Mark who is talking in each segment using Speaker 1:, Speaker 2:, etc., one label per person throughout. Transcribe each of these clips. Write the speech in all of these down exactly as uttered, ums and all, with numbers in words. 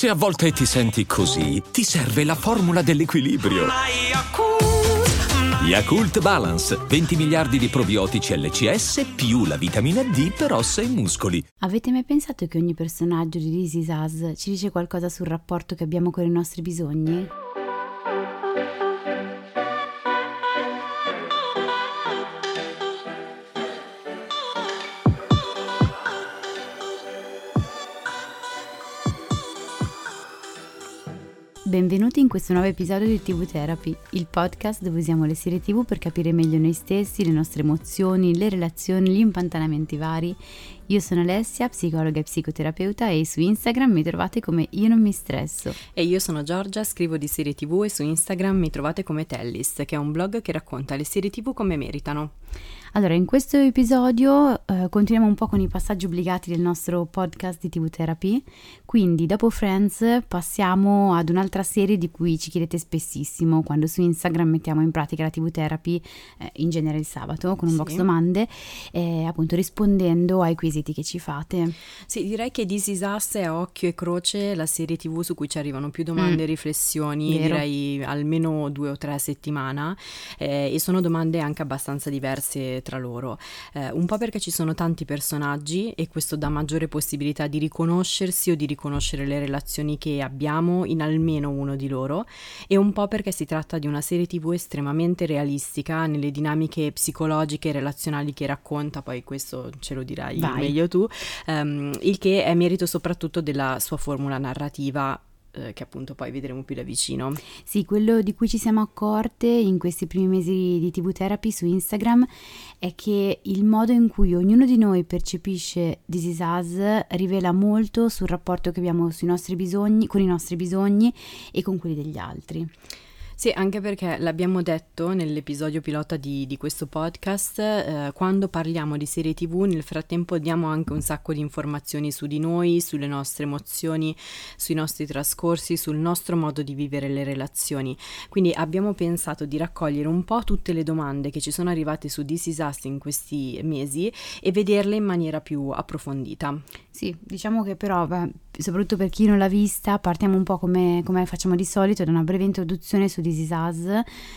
Speaker 1: Se a volte ti senti così, ti serve la formula dell'equilibrio. Yakult Balance, venti miliardi di probiotici L C S più la vitamina D per ossa e muscoli.
Speaker 2: Avete mai pensato che ogni personaggio di This Is Us ci dice qualcosa sul rapporto che abbiamo con i nostri bisogni? Benvenuti in questo nuovo episodio di T V Therapy, il podcast dove usiamo le serie T V per capire meglio noi stessi, le nostre emozioni, le relazioni, gli impantanamenti vari. Io sono Alessia, psicologa e psicoterapeuta, e su Instagram mi trovate come Io Non Mi Stresso.
Speaker 3: E io sono Giorgia, scrivo di serie T V e su Instagram mi trovate come Tellist, che è un blog che racconta le serie T V come meritano.
Speaker 2: Allora, in questo episodio eh, continuiamo un po' con i passaggi obbligati del nostro podcast di T V Therapy, quindi dopo Friends passiamo ad un'altra serie di cui ci chiedete spessissimo quando su Instagram mettiamo in pratica la T V Therapy, eh, in genere il sabato, con un
Speaker 3: Sì.
Speaker 2: box domande, eh, appunto rispondendo ai quesiti che ci fate.
Speaker 3: Sì, direi che This Is Us è a occhio e croce la serie T V su cui ci arrivano più domande e
Speaker 2: Mm.
Speaker 3: riflessioni,
Speaker 2: Vero.
Speaker 3: direi almeno due o tre a settimana, eh, e sono domande anche abbastanza diverse tra loro, eh, un po' perché ci sono tanti personaggi e questo dà maggiore possibilità di riconoscersi o di riconoscere le relazioni che abbiamo in almeno uno di loro, e un po' perché si tratta di una serie T V estremamente realistica nelle dinamiche psicologiche e relazionali che racconta, poi questo ce lo dirai
Speaker 2: Vai.
Speaker 3: meglio tu, ehm, il che è merito soprattutto della sua formula narrativa, eh, che appunto poi vedremo più da vicino.
Speaker 2: Sì, quello di cui ci siamo accorte in questi primi mesi di T V Therapy su Instagram è che il modo in cui ognuno di noi percepisce This Is Us rivela molto sul rapporto che abbiamo sui nostri bisogni, con i nostri bisogni e con quelli degli altri.
Speaker 3: Sì, anche perché l'abbiamo detto nell'episodio pilota di, di questo podcast, eh, quando parliamo di serie T V nel frattempo diamo anche un sacco di informazioni su di noi, sulle nostre emozioni, sui nostri trascorsi, sul nostro modo di vivere le relazioni. Quindi abbiamo pensato di raccogliere un po' tutte le domande che ci sono arrivate su This Is Us in questi mesi e vederle in maniera più approfondita.
Speaker 2: Sì, diciamo che però, beh, soprattutto per chi non l'ha vista, partiamo un po' come, come facciamo di solito, da una breve introduzione su This Is Us,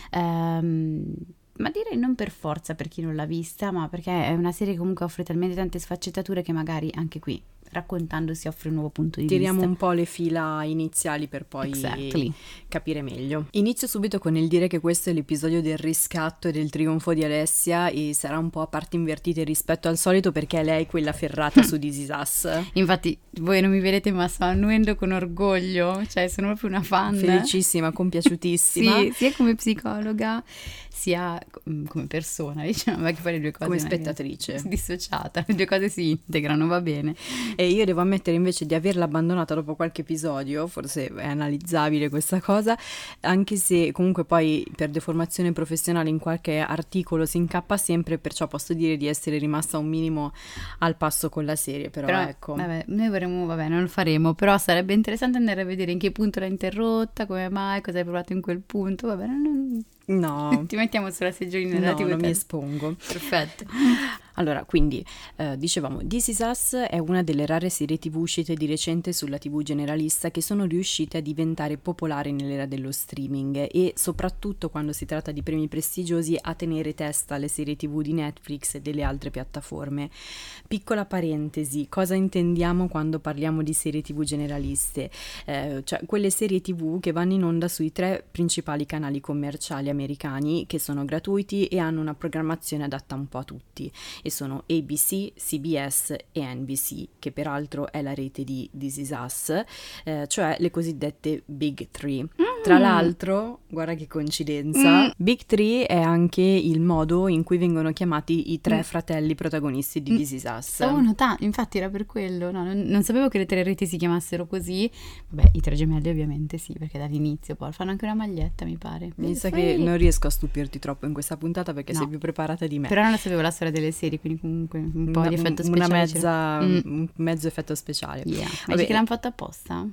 Speaker 2: ehm, ma direi non per forza per chi non l'ha vista, ma perché è una serie che comunque offre talmente tante sfaccettature che magari anche qui, raccontando, si offre un nuovo punto di
Speaker 3: Tiriamo
Speaker 2: vista.
Speaker 3: un po' le fila iniziali per poi
Speaker 2: Exactly.
Speaker 3: capire meglio. Inizio subito con il dire che questo è l'episodio del riscatto e del trionfo di Alessia, e sarà un po' a parti invertite rispetto al solito perché è lei quella ferrata su This Is Us.
Speaker 2: Infatti voi non mi vedete, ma sto annuendo con orgoglio, cioè sono proprio una fan.
Speaker 3: Felicissima, compiaciutissima.
Speaker 2: Sì, sia come psicologa sia mm, come persona, diciamo, perché poi le due cose
Speaker 3: Come
Speaker 2: non è che-
Speaker 3: spettatrice.
Speaker 2: dissociata, le due cose si integrano, va bene.
Speaker 3: E io devo ammettere invece di averla abbandonata dopo qualche episodio, forse è analizzabile questa cosa, anche se comunque poi per deformazione professionale in qualche articolo si incappa sempre, perciò posso dire di essere rimasta un minimo al passo con la serie, però,
Speaker 2: Però
Speaker 3: ecco.
Speaker 2: vabbè, noi vorremmo, vabbè, non lo faremo, però sarebbe interessante andare a vedere in che punto l'ha interrotta, come mai, cosa hai provato in quel punto, vabbè, non...
Speaker 3: No,
Speaker 2: ti mettiamo sulla seggiolina
Speaker 3: no,
Speaker 2: della T V
Speaker 3: non mi
Speaker 2: Therapy.
Speaker 3: espongo.
Speaker 2: Perfetto.
Speaker 3: Allora, quindi, eh, dicevamo, This Is Us è una delle rare serie T V uscite di recente sulla T V generalista che sono riuscite a diventare popolari nell'era dello streaming, e soprattutto quando si tratta di premi prestigiosi a tenere testa alle serie T V di Netflix e delle altre piattaforme. Piccola parentesi, cosa intendiamo quando parliamo di serie T V generaliste? Eh, cioè quelle serie T V che vanno in onda sui tre principali canali commerciali americani, che sono gratuiti e hanno una programmazione adatta un po' a tutti, e sono A B C, C B S e N B C, che peraltro è la rete di This Is Us, eh, cioè le cosiddette Big Three. Mm. Tra l'altro, guarda che coincidenza, mm. Big Three è anche il modo in cui vengono chiamati i tre mm. fratelli protagonisti di mm. This Is Us.
Speaker 2: Stavo notando, infatti era per quello, no, non, non sapevo che le tre reti si chiamassero così. Vabbè, i tre gemelli ovviamente sì, perché dall'inizio poi fanno anche una maglietta, mi pare.
Speaker 3: Mi sa che non riesco a stupirti troppo in questa puntata perché
Speaker 2: no.
Speaker 3: sei più preparata di me.
Speaker 2: Però non la sapevo la storia delle serie, quindi comunque un po'
Speaker 3: una,
Speaker 2: di effetto speciale.
Speaker 3: Una mezza,
Speaker 2: mm.
Speaker 3: un mezzo effetto speciale.
Speaker 2: Yeah. Ma
Speaker 3: Vabbè,
Speaker 2: dici che l'hanno fatto apposta?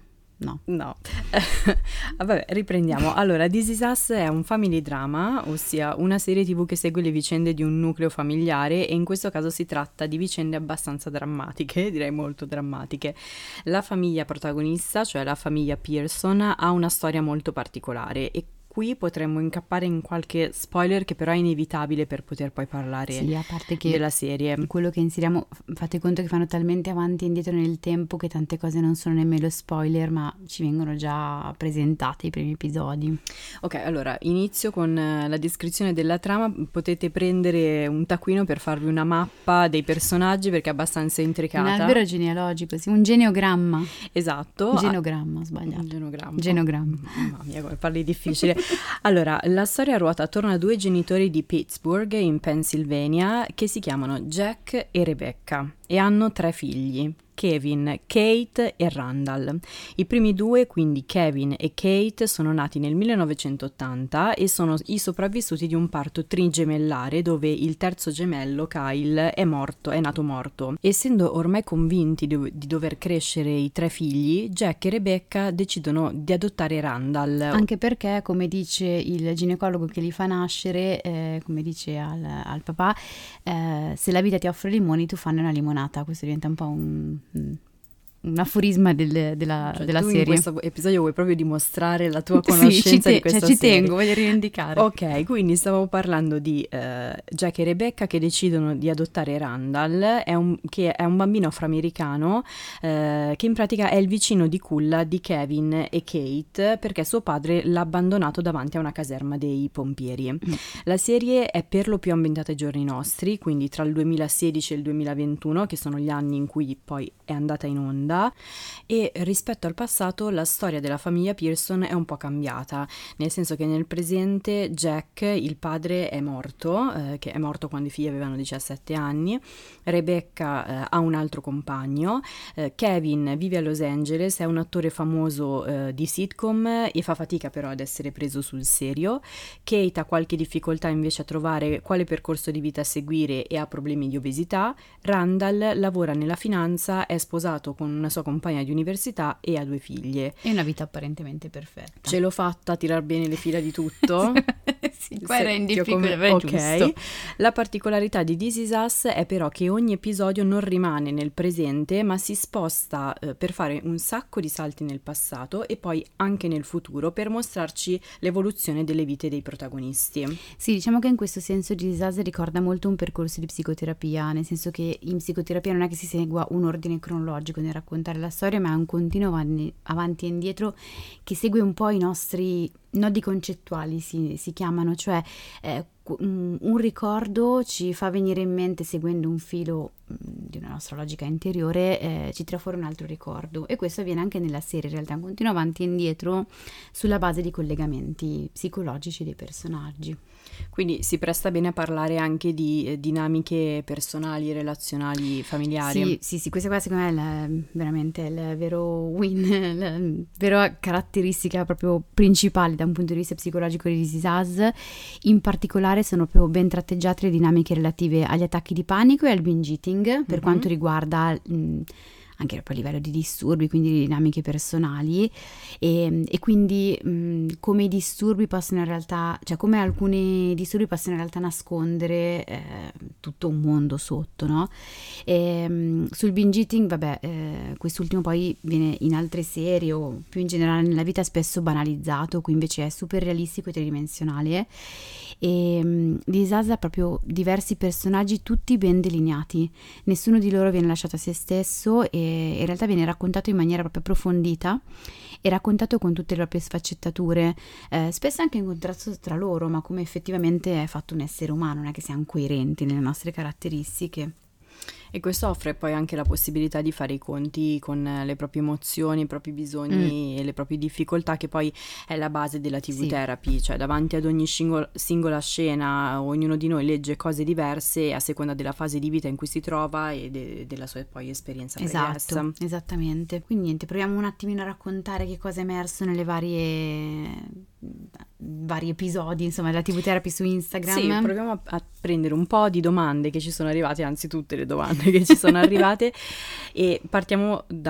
Speaker 2: no.
Speaker 3: No. Vabbè, riprendiamo. Allora, This Is Us è un family drama, ossia una serie tv che segue le vicende di un nucleo familiare, e in questo caso si tratta di vicende abbastanza drammatiche, direi molto drammatiche. La famiglia protagonista, cioè la famiglia Pearson, ha una storia molto particolare, e qui potremmo incappare in qualche spoiler che però è inevitabile per poter poi parlare
Speaker 2: sì, a parte che
Speaker 3: della serie.
Speaker 2: Quello che inseriamo, fate conto che fanno talmente avanti e indietro nel tempo che tante cose non sono nemmeno spoiler, ma ci vengono già presentate i primi episodi.
Speaker 3: Ok, allora inizio con la descrizione della trama. Potete prendere un taccuino per farvi una mappa dei personaggi perché è abbastanza intricata.
Speaker 2: Un albero genealogico, sì, un geneogramma.
Speaker 3: Esatto.
Speaker 2: Genogramma, ho sbagliato.
Speaker 3: Un genogramma.
Speaker 2: Genogramma.
Speaker 3: Mamma mia, come parli difficile. Allora, la storia ruota attorno a due genitori di Pittsburgh, in Pennsylvania, che si chiamano Jack e Rebecca e hanno tre figli: Kevin, Kate e Randall. I primi due, quindi Kevin e Kate, sono nati nel millenovecentottanta e sono i sopravvissuti di un parto trigemellare dove il terzo gemello, Kyle, è morto, è nato morto. Essendo ormai convinti di, di dover crescere i tre figli, Jack e Rebecca decidono di adottare Randall.
Speaker 2: Anche perché, come dice il ginecologo che li fa nascere, eh, come dice al, al papà, eh, se la vita ti offre limoni, tu fanne una limonata. Questo diventa un po' un... un aforisma del, della,
Speaker 3: cioè,
Speaker 2: della
Speaker 3: tu
Speaker 2: serie.
Speaker 3: In questo episodio vuoi proprio dimostrare la tua conoscenza
Speaker 2: sì, ci te-
Speaker 3: di questa
Speaker 2: cioè, ci
Speaker 3: serie.
Speaker 2: tengo, voglio rivendicare.
Speaker 3: Ok, quindi stavo parlando di uh, Jack e Rebecca che decidono di adottare Randall, è un, che è un bambino afroamericano uh, che in pratica è il vicino di culla di Kevin e Kate, perché suo padre l'ha abbandonato davanti a una caserma dei pompieri. Mm. La serie è per lo più ambientata ai giorni nostri, quindi tra il duemilasedici e il duemilaventuno, che sono gli anni in cui poi è andata in onda. E rispetto al passato la storia della famiglia Pearson è un po' cambiata, nel senso che nel presente Jack, il padre, è morto, eh, che è morto quando i figli avevano diciassette anni, Rebecca eh, ha un altro compagno, eh, Kevin vive a Los Angeles, è un attore famoso eh, di sitcom e fa fatica però ad essere preso sul serio, Kate ha qualche difficoltà invece a trovare quale percorso di vita seguire e ha problemi di obesità, Randall lavora nella finanza, è sposato con una sua compagna di università e ha due figlie.
Speaker 2: È una vita apparentemente perfetta.
Speaker 3: Ce l'ho fatta a tirar bene le fila di tutto.
Speaker 2: Sì, qua era in difficoltà,
Speaker 3: come... Ok. La particolarità di This Is Us è però che ogni episodio non rimane nel presente, ma si sposta eh, per fare un sacco di salti nel passato e poi anche nel futuro per mostrarci l'evoluzione delle vite dei protagonisti.
Speaker 2: Sì, diciamo che in questo senso This Is Us ricorda molto un percorso di psicoterapia, nel senso che in psicoterapia non è che si segua un ordine cronologico nel raccontare la storia, ma è un continuo avanti, avanti e indietro che segue un po' i nostri nodi concettuali, si, si chiamano, cioè eh, un ricordo ci fa venire in mente, seguendo un filo di una nostra logica interiore, eh, ci tira fuori un altro ricordo, e questo avviene anche nella serie. In realtà un continuo avanti e indietro sulla base di collegamenti psicologici dei personaggi.
Speaker 3: Quindi si presta bene a parlare anche di eh, dinamiche personali, relazionali, familiari.
Speaker 2: Sì, sì, sì, questa qua secondo me è la, veramente il vero win, la vera caratteristica proprio principale da un punto di vista psicologico di This Is Us. In particolare sono proprio ben tratteggiate le dinamiche relative agli attacchi di panico e al binge eating, per mm-hmm. quanto riguarda mh, anche a livello di disturbi, quindi di dinamiche personali, e, e quindi mh, come i disturbi possono in realtà, cioè come alcuni disturbi possono in realtà nascondere eh, tutto un mondo sotto, no? E, mh, sul binge eating, vabbè, eh, quest'ultimo poi viene in altre serie o più in generale nella vita spesso banalizzato, qui invece è super realistico e tridimensionale. E um, This Is Us ha proprio diversi personaggi, tutti ben delineati, nessuno di loro viene lasciato a se stesso e in realtà viene raccontato in maniera proprio approfondita e raccontato con tutte le proprie sfaccettature, eh, spesso anche in contrasto tra loro, ma come effettivamente è fatto un essere umano, non è che siamo coerenti nelle nostre caratteristiche.
Speaker 3: E questo offre poi anche la possibilità di fare i conti con le proprie emozioni, i propri bisogni mm. e le proprie difficoltà, che poi è la base della T V
Speaker 2: sì.
Speaker 3: therapy, cioè davanti ad ogni singola, singola scena ognuno di noi legge cose diverse a seconda della fase di vita in cui si trova e de- della sua poi esperienza pregressa.
Speaker 2: Esatto, esattamente. Quindi niente, proviamo un attimino a raccontare che cosa è emerso nelle varie vari episodi, insomma, della T V therapy su Instagram.
Speaker 3: Sì, proviamo a, a prendere un po' di domande che ci sono arrivate, anzi tutte le domande che ci sono arrivate, e partiamo da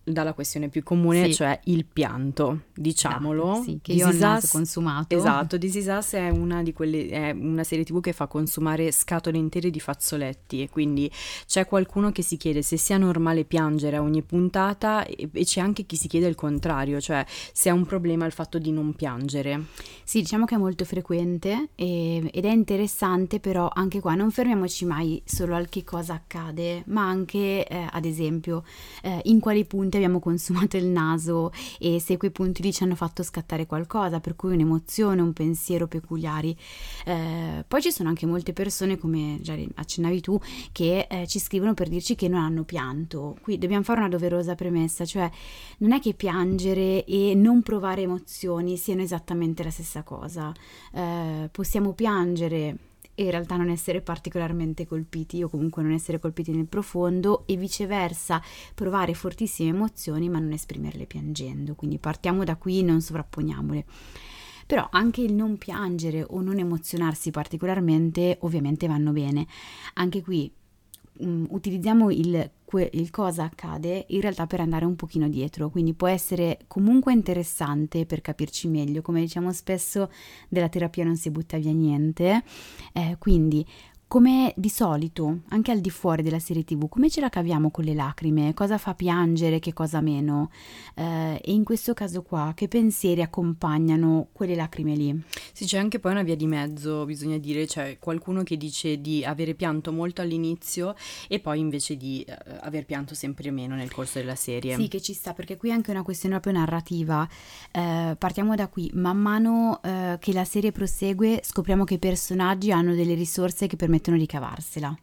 Speaker 3: dalla questione più comune,
Speaker 2: Sì.
Speaker 3: cioè il pianto, diciamolo.
Speaker 2: Dai, sì, che
Speaker 3: This
Speaker 2: io ho il
Speaker 3: Is
Speaker 2: naso
Speaker 3: Us-
Speaker 2: consumato.
Speaker 3: Esatto, This Is Us è una di quelle, è una serie tivù che fa consumare scatole intere di fazzoletti, e quindi c'è qualcuno che si chiede se sia normale piangere a ogni puntata, e, e c'è anche chi si chiede il contrario, cioè se è un problema il fatto di non piangere.
Speaker 2: Sì, diciamo che è molto frequente e- ed è interessante, però anche qua non fermiamoci mai solo al che cosa accade, ma anche eh, ad esempio eh, in quali punti abbiamo consumato il naso e se quei punti lì ci hanno fatto scattare qualcosa, per cui un'emozione, un pensiero peculiari. Eh, poi ci sono anche molte persone, come già accennavi tu, che eh, ci scrivono per dirci che non hanno pianto. Qui dobbiamo fare una doverosa premessa, cioè non è che piangere e non provare emozioni siano esattamente la stessa cosa. Eh, possiamo piangere e in realtà non essere particolarmente colpiti o comunque non essere colpiti nel profondo, e viceversa provare fortissime emozioni ma non esprimerle piangendo. Quindi partiamo da qui, non sovrapponiamole. Però anche il non piangere o non emozionarsi particolarmente ovviamente vanno bene. Anche qui um, utilizziamo il, que, il cosa accade in realtà per andare un pochino dietro, quindi può essere comunque interessante per capirci meglio. Come diciamo spesso, della terapia non si butta via niente, eh, quindi come di solito, anche al di fuori della serie tivù, come ce la caviamo con le lacrime? Cosa fa piangere, che cosa meno? Eh, e in questo caso qua, che pensieri accompagnano quelle lacrime lì?
Speaker 3: Sì, c'è anche poi una via di mezzo, bisogna dire, c'è qualcuno che dice di avere pianto molto all'inizio e poi invece di eh, aver pianto sempre meno nel corso della serie.
Speaker 2: Sì, che ci sta, perché qui è anche una questione proprio narrativa. Eh, partiamo da qui. Man mano eh, che la serie prosegue, scopriamo che i personaggi hanno delle risorse che permettono di cavarsela.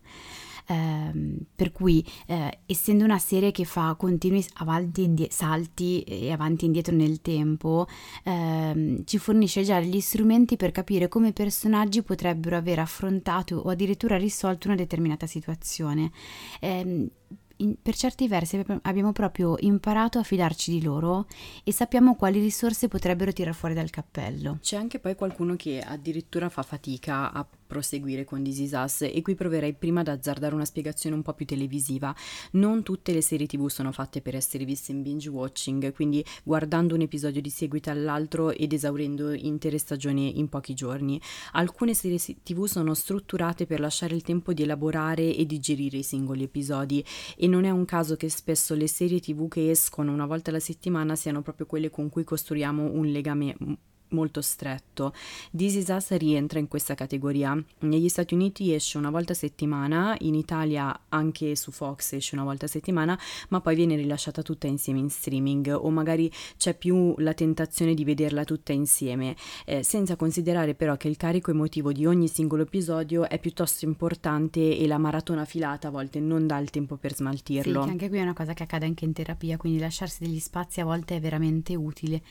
Speaker 2: Ehm, per cui, eh, essendo una serie che fa continui avanti indie- salti e avanti e indietro nel tempo, ehm, ci fornisce già degli strumenti per capire come i personaggi potrebbero aver affrontato o addirittura risolto una determinata situazione. Ehm, in- per certi versi abbiamo- abbiamo proprio imparato a fidarci di loro e sappiamo quali risorse potrebbero tirar fuori dal cappello.
Speaker 3: C'è anche poi qualcuno che addirittura fa fatica a proseguire con This Is Us, e qui proverei prima ad azzardare una spiegazione un po' più televisiva. Non tutte le serie tivù sono fatte per essere viste in binge watching, quindi guardando un episodio di seguito all'altro ed esaurendo intere stagioni in pochi giorni. Alcune serie tivù sono strutturate per lasciare il tempo di elaborare e digerire i singoli episodi, e non è un caso che spesso le serie tivù che escono una volta alla settimana siano proprio quelle con cui costruiamo un legame molto stretto. This Is Us rientra in questa categoria. Negli Stati Uniti esce una volta a settimana, in Italia anche su Fox esce una volta a settimana, ma poi viene rilasciata tutta insieme in streaming, o magari c'è più la tentazione di vederla tutta insieme, eh, senza considerare però che il carico emotivo di ogni singolo episodio è piuttosto importante e la maratona filata a volte non dà il tempo per smaltirlo.
Speaker 2: Sì, che anche qui è una cosa che accade anche in terapia, quindi lasciarsi degli spazi a volte è veramente utile.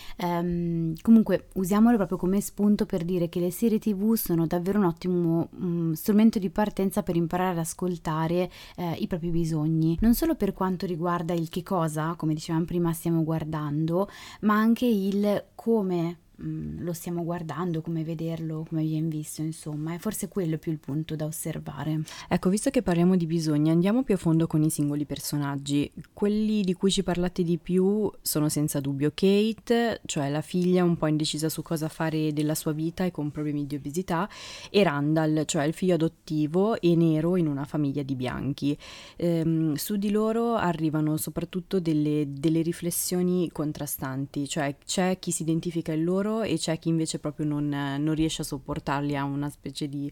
Speaker 2: Um, comunque usiamolo proprio come spunto per dire che le serie tivù sono davvero un ottimo um, strumento di partenza per imparare ad ascoltare eh, i propri bisogni, non solo per quanto riguarda il che cosa, come dicevamo prima, stiamo guardando, ma anche il come um, lo stiamo guardando, come vederlo, come viene visto, insomma, è forse quello più il punto da osservare.
Speaker 3: Ecco, visto che parliamo di bisogni, andiamo più a fondo con i singoli personaggi. Quelli di cui ci parlate di più sono senza dubbio Kate, cioè la figlia un po' indecisa su cosa fare della sua vita e con problemi di obesità, e Randall, cioè il figlio adottivo e nero in una famiglia di bianchi. Ehm, su di loro arrivano soprattutto delle, delle riflessioni contrastanti, cioè c'è chi si identifica in loro e c'è chi invece proprio non, non riesce a sopportarli, ha una specie di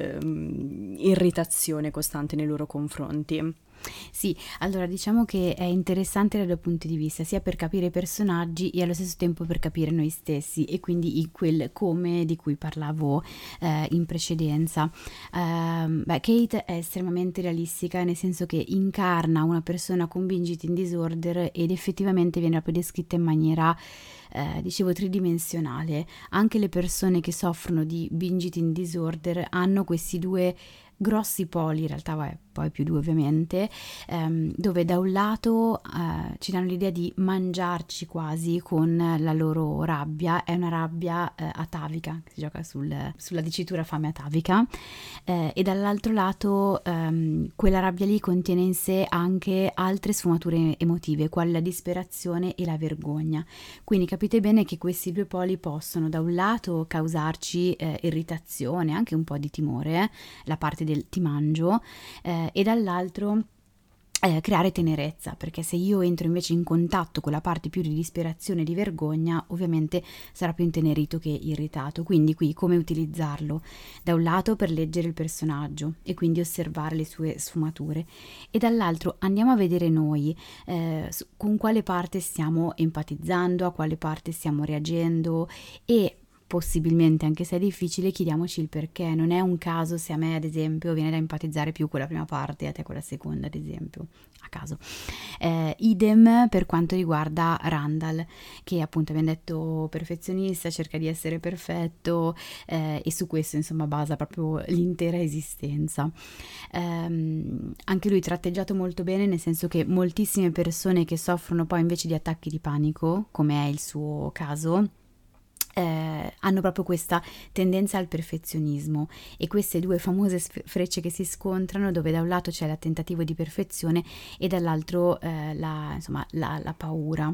Speaker 3: ehm, irritazione costante nei loro confronti.
Speaker 2: Sì, allora diciamo che è interessante da due punti di vista, sia per capire i personaggi e allo stesso tempo per capire noi stessi, e quindi in quel come di cui parlavo eh, in precedenza. Uh, beh, Kate è estremamente realistica, nel senso che incarna una persona con binge eating disorder ed effettivamente viene proprio descritta in maniera Eh, dicevo tridimensionale. Anche le persone che soffrono di binge eating disorder hanno questi due grossi poli, in realtà vabbè, poi più due ovviamente, ehm, dove da un lato eh, ci danno l'idea di mangiarci quasi con la loro rabbia, è una rabbia eh, atavica, che si gioca sul, sulla dicitura fame atavica, eh, e dall'altro lato ehm, quella rabbia lì contiene in sé anche altre sfumature emotive, quali la disperazione e la vergogna. Quindi capite bene che questi due poli possono da un lato causarci eh, irritazione, anche un po' di timore, eh, la parte del ti mangio, eh, e dall'altro eh, creare tenerezza, perché se io entro invece in contatto con la parte più di disperazione e di vergogna, ovviamente sarà più intenerito che irritato. Quindi qui come utilizzarlo? Da un lato per leggere il personaggio e quindi osservare le sue sfumature, e dall'altro andiamo a vedere noi eh, con quale parte stiamo empatizzando, a quale parte stiamo reagendo, e possibilmente, anche se è difficile, chiediamoci il perché. Non è un caso se a me ad esempio viene da empatizzare più con la prima parte e a te con la seconda, ad esempio, a caso. Eh, idem per quanto riguarda Randall, che appunto abbiamo detto perfezionista, cerca di essere perfetto, eh, e su questo insomma basa proprio l'intera esistenza. Eh, anche lui tratteggiato molto bene, nel senso che moltissime persone che soffrono poi invece di attacchi di panico, come è il suo caso, Eh, hanno proprio questa tendenza al perfezionismo, e queste due famose sf- frecce che si scontrano, dove da un lato c'è il tentativo di perfezione e dall'altro eh, la, insomma, la, la paura.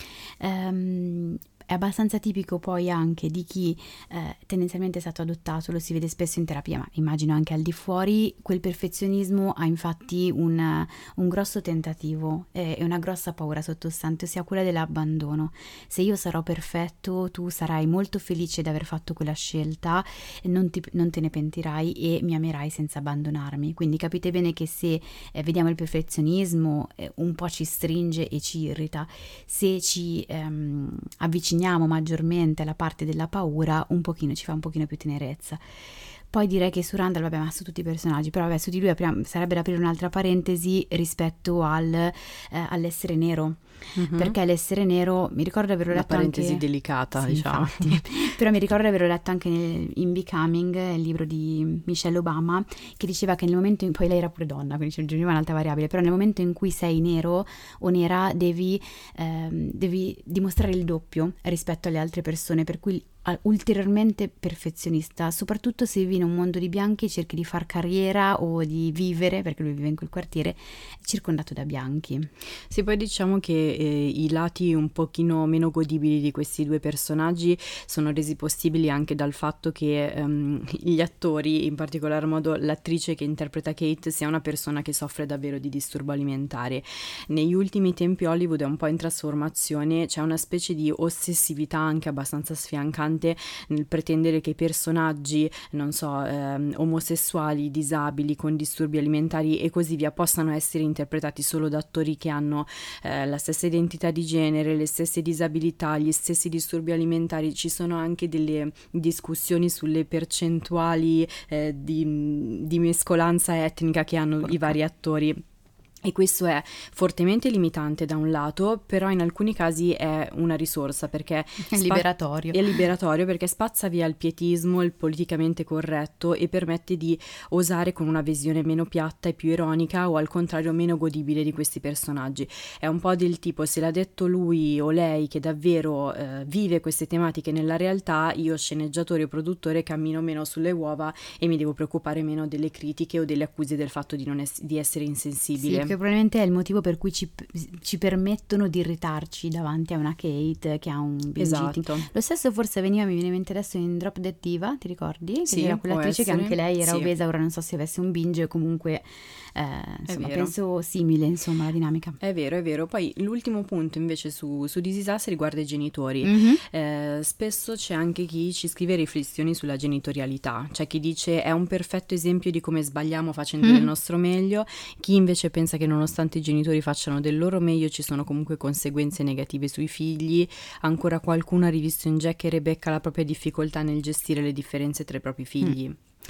Speaker 2: Um, È abbastanza tipico poi anche di chi eh, tendenzialmente è stato adottato, lo si vede spesso in terapia, ma immagino anche al di fuori. Quel perfezionismo ha infatti un, un grosso tentativo e una grossa paura sottostante, ossia quella dell'abbandono. Se io sarò perfetto, tu sarai molto felice di aver fatto quella scelta, non, ti, non te ne pentirai e mi amerai senza abbandonarmi. Quindi capite bene che se eh, vediamo il perfezionismo eh, un po' ci stringe e ci irrita. Se ci ehm, avviciniamo maggiormente alla parte della paura, un pochino ci fa un pochino più tenerezza. Poi direi che su Randall, vabbè, ma su tutti i personaggi, però vabbè, su di lui apriamo, sarebbe da aprire un'altra parentesi rispetto al, eh, all'essere nero, mm-hmm. perché l'essere nero, mi ricordo di averlo letto anche...
Speaker 3: Una parentesi delicata,
Speaker 2: sì,
Speaker 3: diciamo.
Speaker 2: Infatti. Però mi ricordo di averlo letto anche nel, in Becoming, il libro di Michelle Obama, che diceva che nel momento in cui, poi lei era pure donna, quindi ci aggiungeva un'altra variabile, però nel momento in cui sei nero o nera devi, ehm, devi dimostrare il doppio rispetto alle altre persone, per cui ulteriormente perfezionista, soprattutto se vivi in un mondo di bianchi e cerchi di far carriera o di vivere, perché lui vive in quel quartiere circondato da bianchi.
Speaker 3: Sì, poi diciamo che eh, i lati un pochino meno godibili di questi due personaggi sono resi possibili anche dal fatto che um, gli attori, in particolar modo l'attrice che interpreta Kate, sia una persona che soffre davvero di disturbo alimentare. Negli ultimi tempi Hollywood è un po' in trasformazione, c'è una specie di ossessività anche abbastanza sfiancante nel pretendere che i personaggi, non so, ehm, omosessuali, disabili, con disturbi alimentari e così via, possano essere interpretati solo da attori che hanno eh, la stessa identità di genere, le stesse disabilità, gli stessi disturbi alimentari. Ci sono anche delle discussioni sulle percentuali eh, di, di mescolanza etnica che hanno i vari attori. E questo è fortemente limitante da un lato, però in alcuni casi è una risorsa, perché
Speaker 2: è liberatorio.
Speaker 3: Spa- è liberatorio perché spazza via il pietismo, il politicamente corretto, e permette di osare con una visione meno piatta e più ironica, o al contrario meno godibile, di questi personaggi. È un po' del tipo: se l'ha detto lui o lei che davvero eh, vive queste tematiche nella realtà, io sceneggiatore o produttore cammino meno sulle uova e mi devo preoccupare meno delle critiche o delle accuse del fatto di, non es- di essere insensibile.
Speaker 2: Sì, che probabilmente è il motivo per cui ci, ci permettono di irritarci davanti a una Kate che ha un binge
Speaker 3: esatto.
Speaker 2: eating. Lo stesso forse veniva, mi viene in mente adesso, in Drop Dead Diva, ti ricordi? Che
Speaker 3: sì,
Speaker 2: era quell'attrice che anche lei era
Speaker 3: sì.
Speaker 2: obesa, ora non so se avesse un binge, comunque eh, insomma penso simile, insomma, la dinamica.
Speaker 3: È vero, è vero. Poi l'ultimo punto invece su, su This Is Us riguarda i genitori.
Speaker 2: Mm-hmm.
Speaker 3: Eh, spesso c'è anche chi ci scrive riflessioni sulla genitorialità, c'è chi dice è un perfetto esempio di come sbagliamo facendo mm. del nostro meglio, chi invece pensa che nonostante i genitori facciano del loro meglio ci sono comunque conseguenze negative sui figli. Ancora qualcuno ha rivisto in Jack e Rebecca la propria difficoltà nel gestire le differenze tra i propri figli. Mm.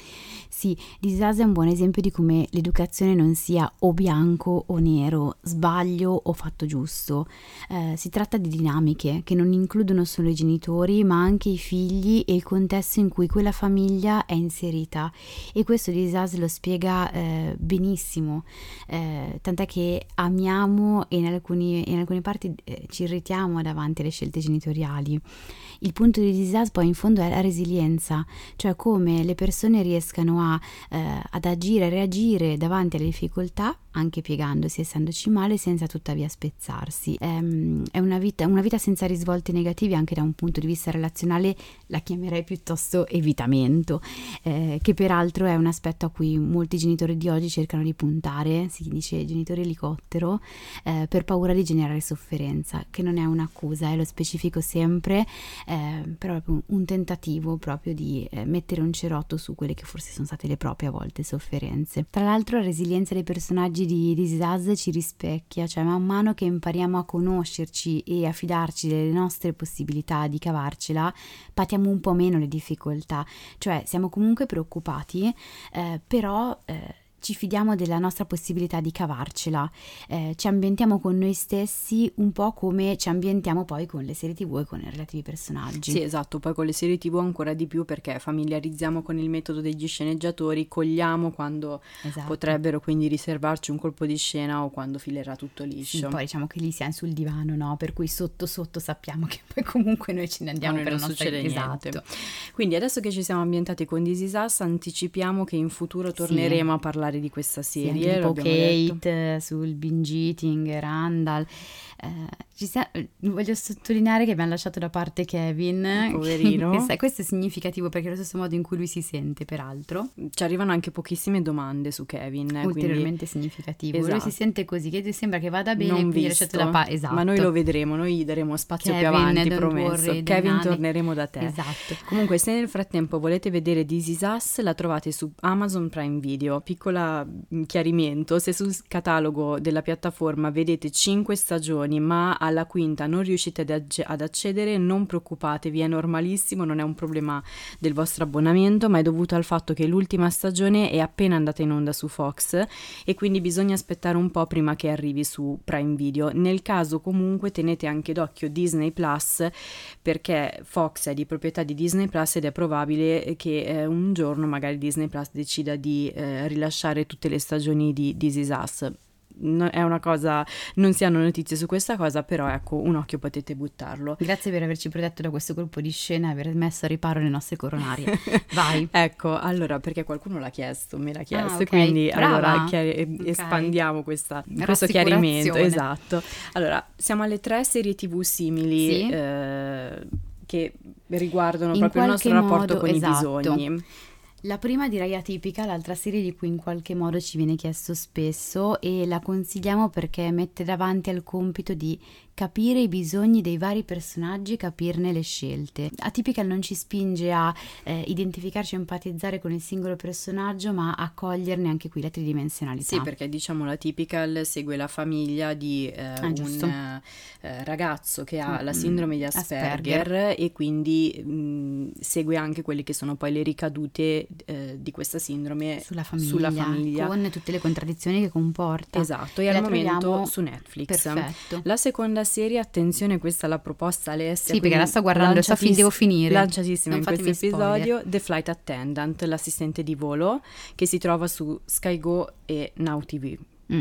Speaker 2: Sì, This Is Us è un buon esempio di come l'educazione non sia o bianco o nero, sbaglio o fatto giusto. Eh, si tratta di dinamiche che non includono solo i genitori, ma anche i figli e il contesto in cui quella famiglia è inserita. E questo This Is Us lo spiega eh, benissimo, eh, tant'è che amiamo e in, alcuni, in alcune parti eh, ci irritiamo davanti alle scelte genitoriali. Il punto di This Is Us poi in fondo è la resilienza, cioè come le persone riescano a, eh, ad agire, a reagire davanti alle difficoltà, anche piegandosi, essendoci male, senza tuttavia spezzarsi. Ehm, è una vita, una vita senza risvolti negativi anche da un punto di vista relazionale, la chiamerei piuttosto evitamento, eh, che peraltro è un aspetto a cui molti genitori di oggi cercano di puntare, si dice genitori elicottero, eh, per paura di generare sofferenza, che non è un'accusa, eh, lo specifico sempre, eh, però è proprio un tentativo proprio di eh, mettere un cerotto su quelle che forse sono state le proprie a volte sofferenze. Tra l'altro la resilienza dei personaggi di This Is Us ci rispecchia, cioè man mano che impariamo a conoscerci e a fidarci delle nostre possibilità di cavarcela, patiamo un po' meno le difficoltà, cioè siamo comunque preoccupati, eh, però eh, ci fidiamo della nostra possibilità di cavarcela, eh, ci ambientiamo con noi stessi un po' come ci ambientiamo poi con le serie tv e con i relativi personaggi.
Speaker 3: Sì, esatto, poi con le serie tv ancora di più, perché familiarizziamo con il metodo degli sceneggiatori, cogliamo quando
Speaker 2: Esatto.
Speaker 3: potrebbero quindi riservarci un colpo di scena o quando filerà tutto liscio.
Speaker 2: Sì, poi diciamo che lì siamo sul divano, no? Per cui sotto sotto sappiamo che poi comunque noi ce ne andiamo
Speaker 3: no,
Speaker 2: per
Speaker 3: non
Speaker 2: la nostra
Speaker 3: succede
Speaker 2: esatto.
Speaker 3: niente. Quindi adesso che ci siamo ambientati con This Is Us, anticipiamo che in futuro torneremo
Speaker 2: sì.
Speaker 3: a parlare di questa serie.
Speaker 2: Sì, tipo Kate
Speaker 3: detto.
Speaker 2: sul binge eating, Randall. Eh, ci sia, voglio sottolineare che abbiamo lasciato da parte Kevin,
Speaker 3: poverino.
Speaker 2: Questo, questo è significativo perché è lo stesso modo in cui lui si sente, peraltro.
Speaker 3: Ci arrivano anche pochissime domande su Kevin.
Speaker 2: Ulteriormente
Speaker 3: quindi...
Speaker 2: significativo.
Speaker 3: esatto.
Speaker 2: Lui si sente così, che sembra che vada bene,
Speaker 3: non
Speaker 2: quindi
Speaker 3: visto,
Speaker 2: lasciato da parte. Esatto.
Speaker 3: Ma noi lo vedremo, noi gli daremo spazio
Speaker 2: Kevin,
Speaker 3: più avanti,
Speaker 2: don't
Speaker 3: promesso.
Speaker 2: worry,
Speaker 3: Kevin,
Speaker 2: Danane.
Speaker 3: torneremo da te.
Speaker 2: Esatto.
Speaker 3: Comunque, se nel frattempo volete vedere This Is Us, la trovate su Amazon Prime Video. Piccola chiarimento, se sul catalogo della piattaforma vedete cinque stagioni, ma alla quinta non riuscite ad, agge- ad accedere, non preoccupatevi, è normalissimo, non è un problema del vostro abbonamento, ma è dovuto al fatto che l'ultima stagione è appena andata in onda su Fox e quindi bisogna aspettare un po' prima che arrivi su Prime Video. Nel caso comunque tenete anche d'occhio Disney Plus, perché Fox è di proprietà di Disney Plus ed è probabile che eh, un giorno magari Disney Plus decida di eh, rilasciare tutte le stagioni di This Is Us. No, è una cosa, non si hanno notizie su questa cosa, però ecco, un occhio potete buttarlo.
Speaker 2: Grazie per averci protetto da questo colpo di scena e aver messo a riparo le nostre coronarie. Vai.
Speaker 3: Ecco, allora, perché qualcuno l'ha chiesto, me l'ha chiesto,
Speaker 2: Ah, okay.
Speaker 3: quindi
Speaker 2: Brava.
Speaker 3: allora chiari-
Speaker 2: Okay.
Speaker 3: espandiamo questa, questo chiarimento. Esatto. Allora, siamo alle tre serie tv simili
Speaker 2: Sì.
Speaker 3: eh, che riguardano
Speaker 2: In
Speaker 3: proprio il nostro
Speaker 2: qualche
Speaker 3: rapporto
Speaker 2: modo,
Speaker 3: con
Speaker 2: esatto.
Speaker 3: i bisogni.
Speaker 2: La prima direi atipica, l'altra serie di cui in qualche modo ci viene chiesto spesso e la consigliamo perché mette davanti al compito di capire i bisogni dei vari personaggi e capirne le scelte. Atypical non ci spinge a eh, identificarci e empatizzare con il singolo personaggio, ma a coglierne anche qui la tridimensionalità.
Speaker 3: Sì, perché diciamo la Typical segue la famiglia di eh,
Speaker 2: Ah,
Speaker 3: un eh, ragazzo che ha
Speaker 2: Mm,
Speaker 3: la sindrome di Asperger,
Speaker 2: Asperger.
Speaker 3: e quindi mh, segue anche quelle che sono poi le ricadute eh, di questa sindrome
Speaker 2: Sulla famiglia,
Speaker 3: sulla famiglia.
Speaker 2: con tutte le contraddizioni che comporta.
Speaker 3: Esatto, e
Speaker 2: E
Speaker 3: al
Speaker 2: la
Speaker 3: momento
Speaker 2: troviamo-
Speaker 3: su Netflix.
Speaker 2: Perfetto.
Speaker 3: La seconda serie, attenzione, questa l'ha proposta Alessia.
Speaker 2: Sì, perché
Speaker 3: quindi
Speaker 2: la sto guardando, sto fin-
Speaker 3: lanciatis-
Speaker 2: devo finire.
Speaker 3: Lanciatissima
Speaker 2: Non
Speaker 3: in questo
Speaker 2: fatemi spoiler.
Speaker 3: episodio, The Flight Attendant, l'assistente di volo, che si trova su Sky Go e Now T V.
Speaker 2: Mm.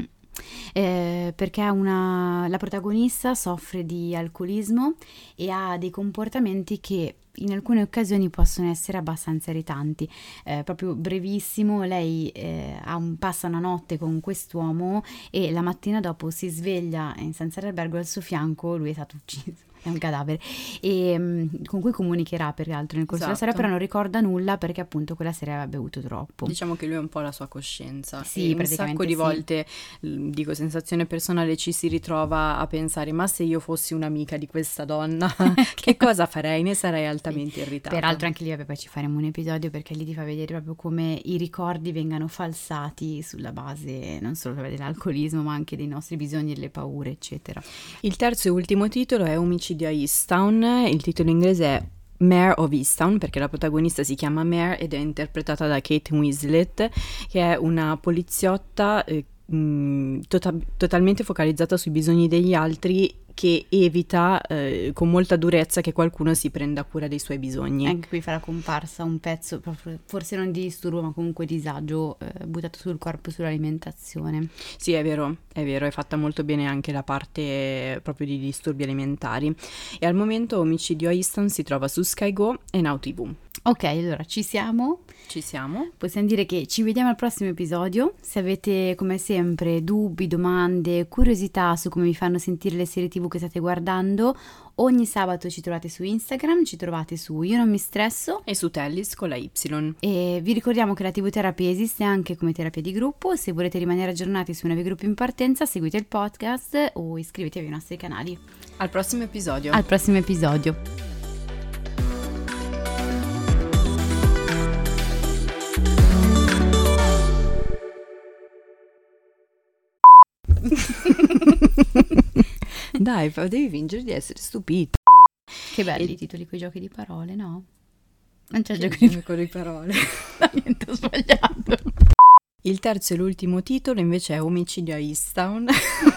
Speaker 2: Eh, perché una, la protagonista soffre di alcolismo e ha dei comportamenti che in alcune occasioni possono essere abbastanza irritanti. Eh, proprio brevissimo, lei eh, ha un, passa una notte con quest'uomo e la mattina dopo si sveglia in stanza d'albergo, al suo fianco lui è stato ucciso. È un cadavere e mh, con cui comunicherà peraltro nel corso della
Speaker 3: Esatto.
Speaker 2: sera, però non ricorda nulla perché appunto quella sera aveva bevuto troppo.
Speaker 3: Diciamo che lui è un po' la sua coscienza.
Speaker 2: Sì,
Speaker 3: e un
Speaker 2: praticamente
Speaker 3: sacco di
Speaker 2: sì.
Speaker 3: volte, l- dico sensazione personale, ci si ritrova a pensare: ma se io fossi un'amica di questa donna, che cosa farei? Ne sarei altamente irritata.
Speaker 2: Peraltro anche lì vabbè, poi ci faremo un episodio perché lì ti fa vedere proprio come i ricordi vengano falsati sulla base non solo dell'alcolismo ma anche dei nostri bisogni e delle paure eccetera.
Speaker 3: Il terzo e ultimo titolo è Omicidio a Easttown, il titolo inglese è Mare of Easttown, perché la protagonista si chiama Mare ed è interpretata da Kate Winslet, che è una poliziotta eh, mh, tota- totalmente focalizzata sui bisogni degli altri, che evita eh, con molta durezza che qualcuno si prenda cura dei suoi bisogni.
Speaker 2: Anche qui farà comparsa un pezzo, forse non di disturbo, ma comunque disagio eh, buttato sul corpo e sull'alimentazione.
Speaker 3: Sì, è vero, è vero, è fatta molto bene anche la parte proprio di disturbi alimentari. E al momento Omicidio a Easttown si trova su Sky Go e Now T V.
Speaker 2: Ok, allora ci siamo.
Speaker 3: Ci siamo.
Speaker 2: Possiamo dire che ci vediamo al prossimo episodio. Se avete come sempre dubbi, domande, curiosità su come vi fanno sentire le serie tv che state guardando, ogni sabato ci trovate su Instagram, ci trovate su Io Non Mi Stresso
Speaker 3: e su Tellis con la Y.
Speaker 2: E vi ricordiamo che la tivù terapia esiste anche come terapia di gruppo. Se volete rimanere aggiornati sui nuovi gruppi in partenza, seguite il podcast o iscrivetevi ai nostri canali.
Speaker 3: Al prossimo episodio.
Speaker 2: Al prossimo episodio.
Speaker 3: Dai, devi fingere di essere stupito.
Speaker 2: Che belli i titoli coi giochi di parole, no? Non c'è gioco di
Speaker 3: con le parole.
Speaker 2: Niente, ho sbagliato.
Speaker 3: Il terzo e l'ultimo titolo invece è Omicidio a Easttown.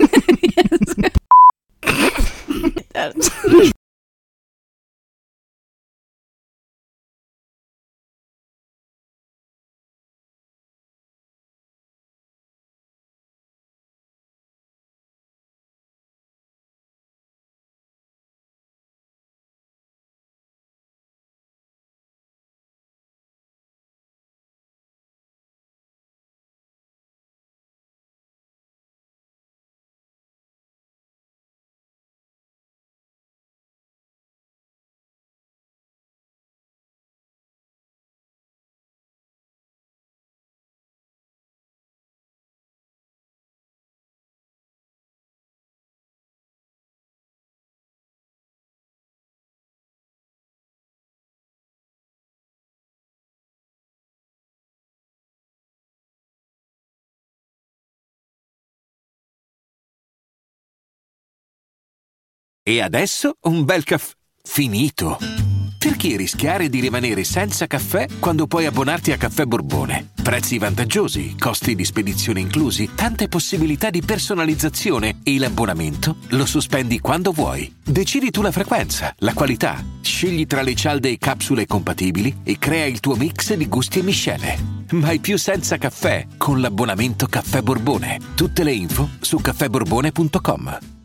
Speaker 4: E adesso un bel caffè finito. Perché rischiare di rimanere senza caffè quando puoi abbonarti a Caffè Borbone? Prezzi vantaggiosi, costi di spedizione inclusi, tante possibilità di personalizzazione e l'abbonamento lo sospendi quando vuoi. Decidi tu la frequenza, la qualità, scegli tra le cialde e capsule compatibili e crea il tuo mix di gusti e miscele. Mai più senza caffè con l'abbonamento Caffè Borbone. Tutte le info su caffè borbone punto com.